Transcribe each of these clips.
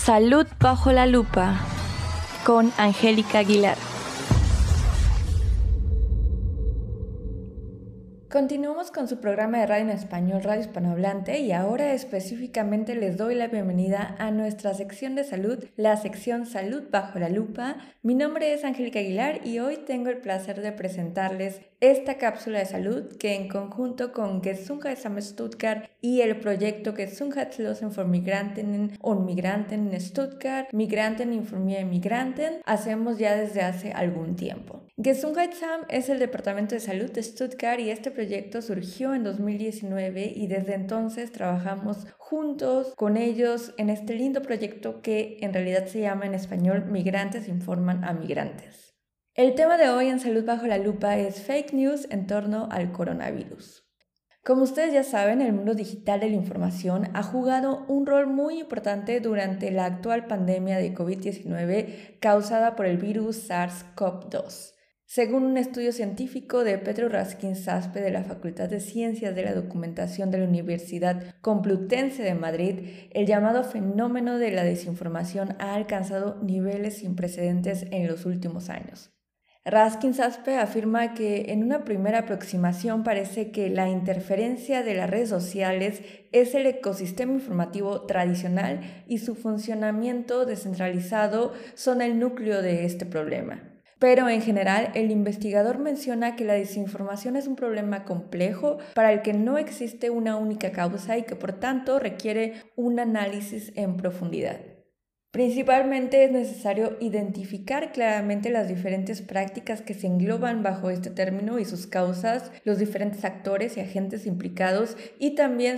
Salud bajo la lupa con Angélica Aguilar. Continuamos con su programa de radio en español, Radio Hispanohablante, y ahora específicamente les doy la bienvenida a nuestra sección de salud, la sección Salud bajo la lupa. Mi nombre es Angélica Aguilar y hoy tengo el placer de presentarles esta cápsula de salud que en conjunto con Gesundheitsamt Stuttgart y el proyecto Gesundheitslosen für Migranten und Migranten in Stuttgart, Migranten informieren Migranten, hacemos ya desde hace algún tiempo. Gesundheitsamt es el Departamento de Salud de Stuttgart y este proyecto surgió en 2019 y desde entonces trabajamos juntos con ellos en este lindo proyecto que en realidad se llama en español Migrantes informan a migrantes. El tema de hoy en Salud bajo la lupa es fake news en torno al coronavirus. Como ustedes ya saben, el mundo digital de la información ha jugado un rol muy importante durante la actual pandemia de COVID-19 causada por el virus SARS-CoV-2. Según un estudio científico de Petru Raskin-Saspe de la Facultad de Ciencias de la Documentación de la Universidad Complutense de Madrid, el llamado fenómeno de la desinformación ha alcanzado niveles sin precedentes en los últimos años. Raskin-Saspe afirma que en una primera aproximación parece que la interferencia de las redes sociales es el ecosistema informativo tradicional y su funcionamiento descentralizado son el núcleo de este problema. Pero en general, el investigador menciona que la desinformación es un problema complejo para el que no existe una única causa y que por tanto requiere un análisis en profundidad. Principalmente es necesario identificar claramente las diferentes prácticas que se engloban bajo este término y sus causas, los diferentes actores y agentes implicados y también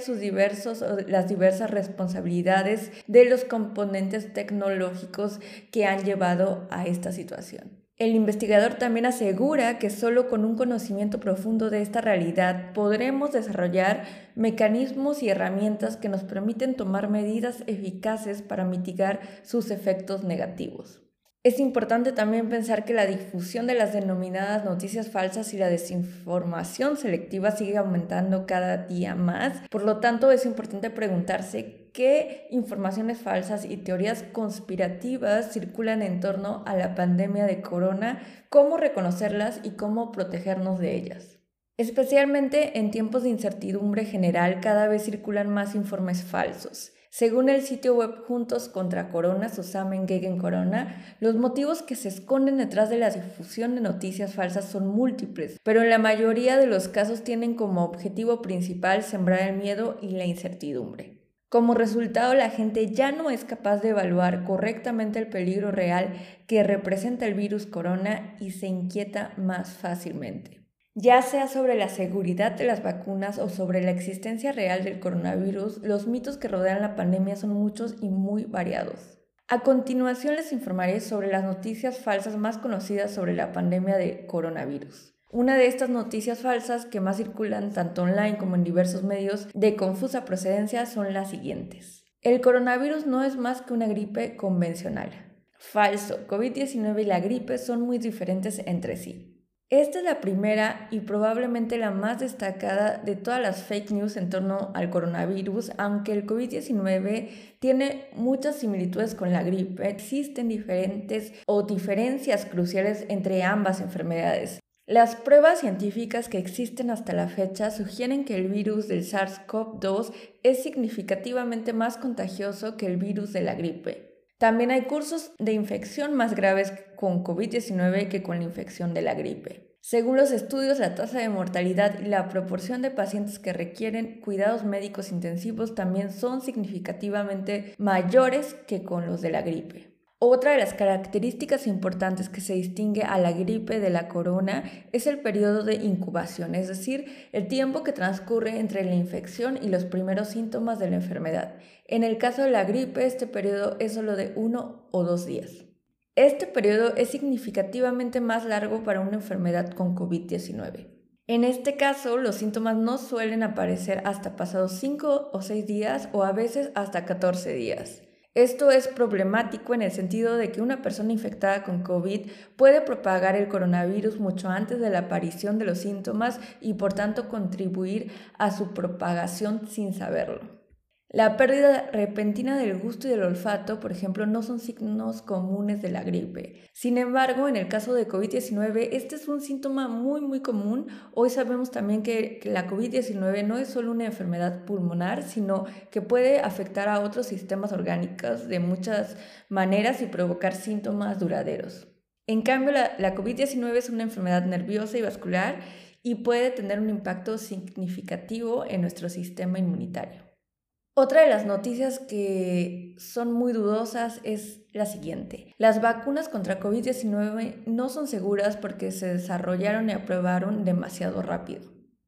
las diversas responsabilidades de los componentes tecnológicos que han llevado a esta situación. El investigador también asegura que solo con un conocimiento profundo de esta realidad podremos desarrollar mecanismos y herramientas que nos permiten tomar medidas eficaces para mitigar sus efectos negativos. Es importante también pensar que la difusión de las denominadas noticias falsas y la desinformación selectiva sigue aumentando cada día más. Por lo tanto, es importante preguntarse qué informaciones falsas y teorías conspirativas circulan en torno a la pandemia de corona, cómo reconocerlas y cómo protegernos de ellas. Especialmente en tiempos de incertidumbre general, cada vez circulan más informes falsos. Según el sitio web Juntos contra Corona, Zusammen gegen Corona, los motivos que se esconden detrás de la difusión de noticias falsas son múltiples, pero en la mayoría de los casos tienen como objetivo principal sembrar el miedo y la incertidumbre. Como resultado, la gente ya no es capaz de evaluar correctamente el peligro real que representa el virus corona y se inquieta más fácilmente. Ya sea sobre la seguridad de las vacunas o sobre la existencia real del coronavirus, los mitos que rodean la pandemia son muchos y muy variados. A continuación les informaré sobre las noticias falsas más conocidas sobre la pandemia de coronavirus. Una de estas noticias falsas que más circulan tanto online como en diversos medios de confusa procedencia son las siguientes. El coronavirus no es más que una gripe convencional. Falso. COVID-19 y la gripe son muy diferentes entre sí. Esta es la primera y probablemente la más destacada de todas las fake news en torno al coronavirus. Aunque el COVID-19 tiene muchas similitudes con la gripe, existen diferencias cruciales entre ambas enfermedades. Las pruebas científicas que existen hasta la fecha sugieren que el virus del SARS-CoV-2 es significativamente más contagioso que el virus de la gripe. También hay cursos de infección más graves con COVID-19 que con la infección de la gripe. Según los estudios, la tasa de mortalidad y la proporción de pacientes que requieren cuidados médicos intensivos también son significativamente mayores que con los de la gripe. Otra de las características importantes que se distingue a la gripe de la corona es el periodo de incubación, es decir, el tiempo que transcurre entre la infección y los primeros síntomas de la enfermedad. En el caso de la gripe, este periodo es solo de 1 o 2 días. Este periodo es significativamente más largo para una enfermedad con COVID-19. En este caso, los síntomas no suelen aparecer hasta pasados 5 o 6 días o a veces hasta 14 días. Esto es problemático en el sentido de que una persona infectada con COVID puede propagar el coronavirus mucho antes de la aparición de los síntomas y por tanto contribuir a su propagación sin saberlo. La pérdida repentina del gusto y del olfato, por ejemplo, no son signos comunes de la gripe. Sin embargo, en el caso de COVID-19, este es un síntoma muy común. Hoy sabemos también que la COVID-19 no es solo una enfermedad pulmonar, sino que puede afectar a otros sistemas orgánicos de muchas maneras y provocar síntomas duraderos. En cambio, la COVID-19 es una enfermedad nerviosa y vascular y puede tener un impacto significativo en nuestro sistema inmunitario. Otra de las noticias que son muy dudosas es la siguiente. Las vacunas contra COVID-19 no son seguras porque se desarrollaron y aprobaron demasiado rápido.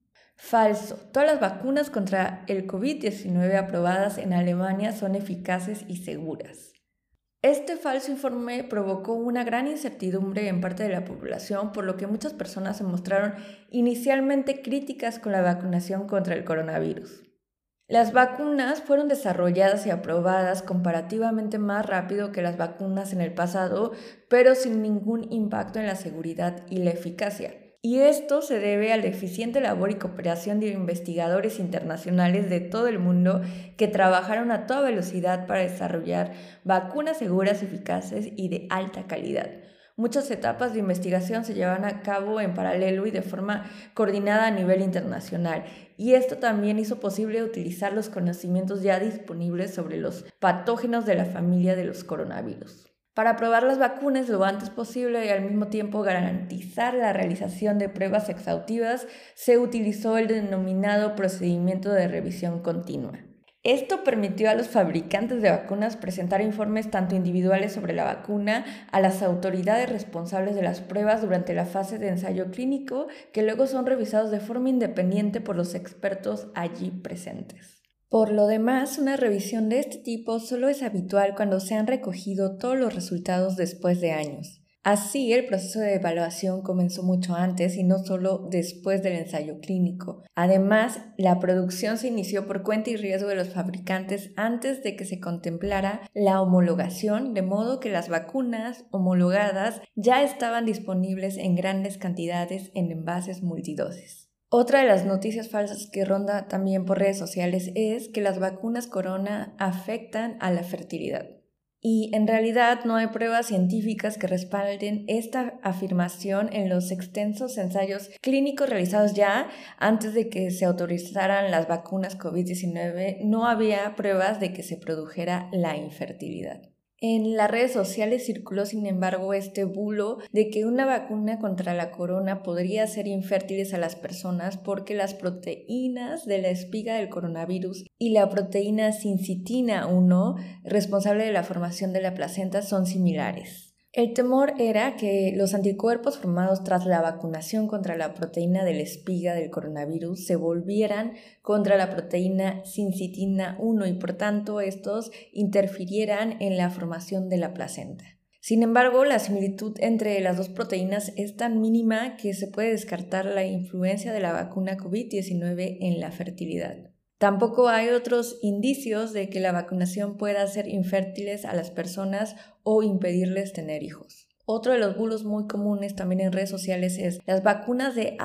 Falso. Todas las vacunas contra el COVID-19 aprobadas en Alemania son eficaces y seguras. Este falso informe provocó una gran incertidumbre en parte de la población, por lo que muchas personas se mostraron inicialmente críticas con la vacunación contra el coronavirus. Las vacunas fueron desarrolladas y aprobadas comparativamente más rápido que las vacunas en el pasado, pero sin ningún impacto en la seguridad y la eficacia. Y esto se debe a la eficiente labor y cooperación de investigadores internacionales de todo el mundo que trabajaron a toda velocidad para desarrollar vacunas seguras, eficaces y de alta calidad. Muchas etapas de investigación se llevan a cabo en paralelo y de forma coordinada a nivel internacional, y esto también hizo posible utilizar los conocimientos ya disponibles sobre los patógenos de la familia de los coronavirus. Para probar las vacunas lo antes posible y al mismo tiempo garantizar la realización de pruebas exhaustivas, se utilizó el denominado procedimiento de revisión continua. Esto permitió a los fabricantes de vacunas presentar informes tanto individuales sobre la vacuna a las autoridades responsables de las pruebas durante la fase de ensayo clínico, que luego son revisados de forma independiente por los expertos allí presentes. Por lo demás, una revisión de este tipo solo es habitual cuando se han recogido todos los resultados después de años. Así, el proceso de evaluación comenzó mucho antes y no solo después del ensayo clínico. Además, la producción se inició por cuenta y riesgo de los fabricantes antes de que se contemplara la homologación, de modo que las vacunas homologadas ya estaban disponibles en grandes cantidades en envases multidosis. Otra de las noticias falsas que ronda también por redes sociales es que las vacunas corona afectan a la fertilidad. Y en realidad no hay pruebas científicas que respalden esta afirmación en los extensos ensayos clínicos realizados ya antes de que se autorizaran las vacunas COVID-19. No había pruebas de que se produjera la infertilidad. En las redes sociales circuló, sin embargo, este bulo de que una vacuna contra la corona podría hacer infértiles a las personas porque las proteínas de la espiga del coronavirus y la proteína sincitina 1, responsable de la formación de la placenta, son similares. El temor era que los anticuerpos formados tras la vacunación contra la proteína de la espiga del coronavirus se volvieran contra la proteína sincitina 1 y por tanto estos interfirieran en la formación de la placenta. Sin embargo, la similitud entre las dos proteínas es tan mínima que se puede descartar la influencia de la vacuna COVID-19 en la fertilidad. Tampoco hay otros indicios de que la vacunación pueda hacer infértiles a las personas o impedirles tener hijos. Otro de los bulos muy comunes también en redes sociales es: las vacunas de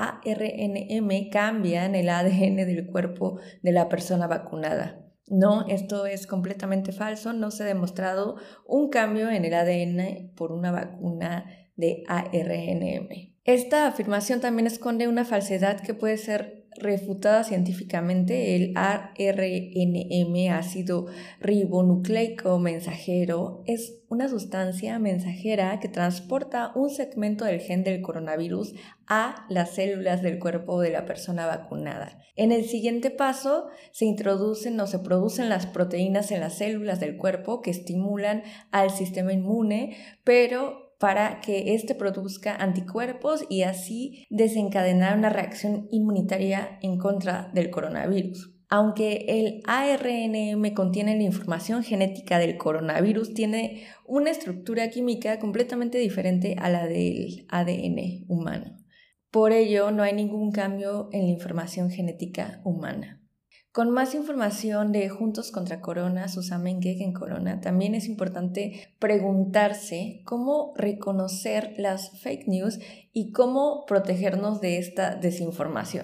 ARNM cambian el ADN del cuerpo de la persona vacunada. No, esto es completamente falso. No se ha demostrado un cambio en el ADN por una vacuna de ARNM. Esta afirmación también esconde una falsedad que puede ser refutada científicamente. El ARNM, ácido ribonucleico mensajero, es una sustancia mensajera que transporta un segmento del gen del coronavirus a las células del cuerpo de la persona vacunada. En el siguiente paso se introducen o se producen las proteínas en las células del cuerpo que estimulan al sistema inmune, pero para que éste produzca anticuerpos y así desencadenar una reacción inmunitaria en contra del coronavirus. Aunque el ARNM contiene la información genética del coronavirus, tiene una estructura química completamente diferente a la del ADN humano. Por ello, no hay ningún cambio en la información genética humana. Con más información de Juntos contra Corona, Susamenkek en Corona, también es importante preguntarse cómo reconocer las fake news y cómo protegernos de esta desinformación.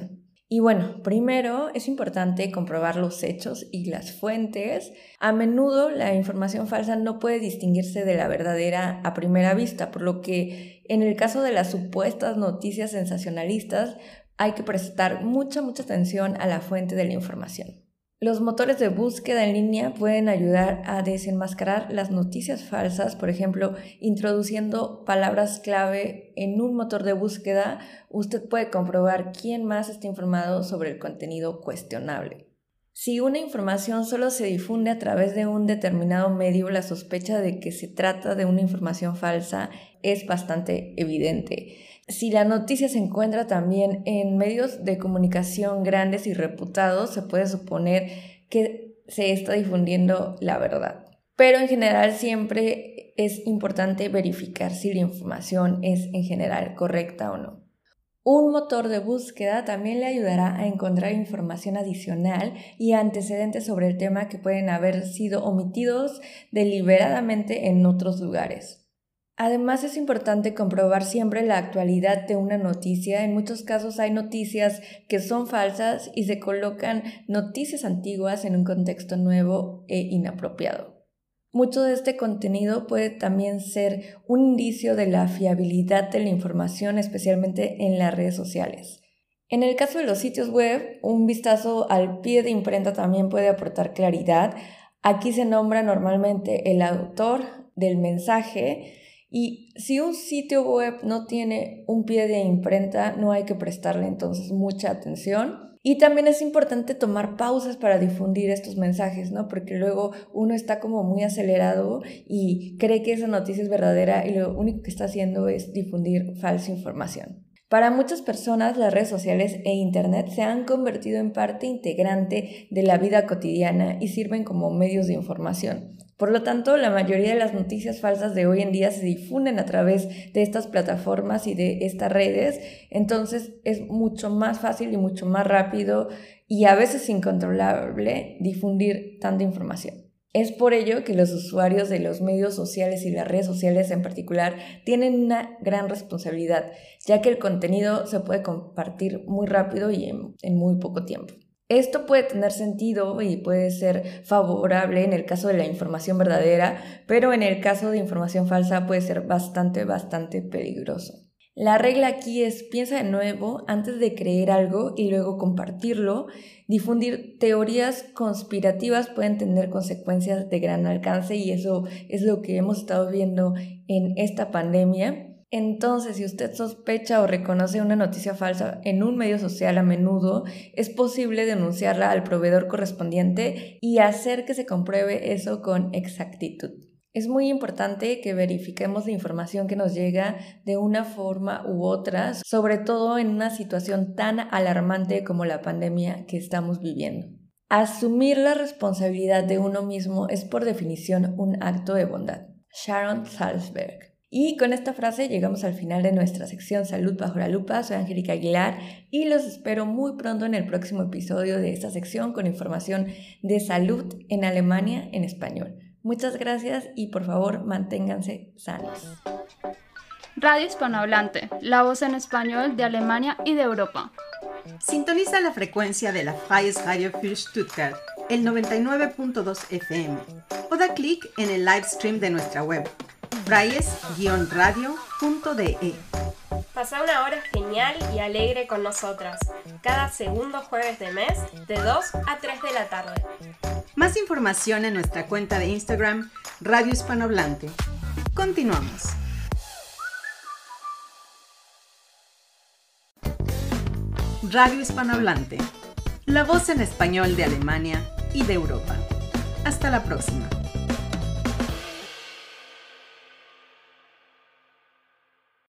Y bueno, primero es importante comprobar los hechos y las fuentes. A menudo la información falsa no puede distinguirse de la verdadera a primera vista, por lo que en el caso de las supuestas noticias sensacionalistas hay que prestar mucha atención a la fuente de la información. Los motores de búsqueda en línea pueden ayudar a desenmascarar las noticias falsas, por ejemplo, introduciendo palabras clave en un motor de búsqueda. Usted puede comprobar quién más está informado sobre el contenido cuestionable. Si una información solo se difunde a través de un determinado medio, la sospecha de que se trata de una información falsa es bastante evidente. Si la noticia se encuentra también en medios de comunicación grandes y reputados, se puede suponer que se está difundiendo la verdad. Pero en general siempre es importante verificar si la información es en general correcta o no. Un motor de búsqueda también le ayudará a encontrar información adicional y antecedentes sobre el tema que pueden haber sido omitidos deliberadamente en otros lugares. Además, es importante comprobar siempre la actualidad de una noticia. En muchos casos hay noticias que son falsas y se colocan noticias antiguas en un contexto nuevo e inapropiado. Mucho de este contenido puede también ser un indicio de la fiabilidad de la información, especialmente en las redes sociales. En el caso de los sitios web, un vistazo al pie de imprenta también puede aportar claridad. Aquí se nombra normalmente el autor del mensaje. Y si un sitio web no tiene un pie de imprenta, no hay que prestarle entonces mucha atención. Y también es importante tomar pausas para difundir estos mensajes, ¿no? Porque luego uno está como muy acelerado y cree que esa noticia es verdadera y lo único que está haciendo es difundir falsa información. Para muchas personas, las redes sociales e Internet se han convertido en parte integrante de la vida cotidiana y sirven como medios de información. Por lo tanto, la mayoría de las noticias falsas de hoy en día se difunden a través de estas plataformas y de estas redes, entonces es mucho más fácil y mucho más rápido y a veces incontrolable difundir tanta información. Es por ello que los usuarios de los medios sociales y las redes sociales en particular tienen una gran responsabilidad, ya que el contenido se puede compartir muy rápido y en muy poco tiempo. Esto puede tener sentido y puede ser favorable en el caso de la información verdadera, pero en el caso de información falsa puede ser bastante peligroso. La regla aquí es piensa de nuevo antes de creer algo y luego compartirlo. Difundir teorías conspirativas pueden tener consecuencias de gran alcance y eso es lo que hemos estado viendo en esta pandemia. Entonces, si usted sospecha o reconoce una noticia falsa en un medio social a menudo, es posible denunciarla al proveedor correspondiente y hacer que se compruebe eso con exactitud. Es muy importante que verifiquemos la información que nos llega de una forma u otra, sobre todo en una situación tan alarmante como la pandemia que estamos viviendo. Asumir la responsabilidad de uno mismo es por definición un acto de bondad. Sharon Salzberg. Y con esta frase llegamos al final de nuestra sección Salud bajo la lupa. Soy Angélica Aguilar y los espero muy pronto en el próximo episodio de esta sección con información de salud en Alemania en español. Muchas gracias y por favor manténganse sanos. Radio Hispanohablante, la voz en español de Alemania y de Europa. Sintoniza la frecuencia de la Freies Radio für Stuttgart, el 99.2 FM, o da clic en el live stream de nuestra web, freies-radio.de. Pasa una hora genial y alegre con nosotras, cada segundo jueves de mes, de 2 a 3 de la tarde. Más información en nuestra cuenta de Instagram, Radio Hispanohablante. Continuamos. Radio Hispanohablante, la voz en español de Alemania y de Europa. Hasta la próxima.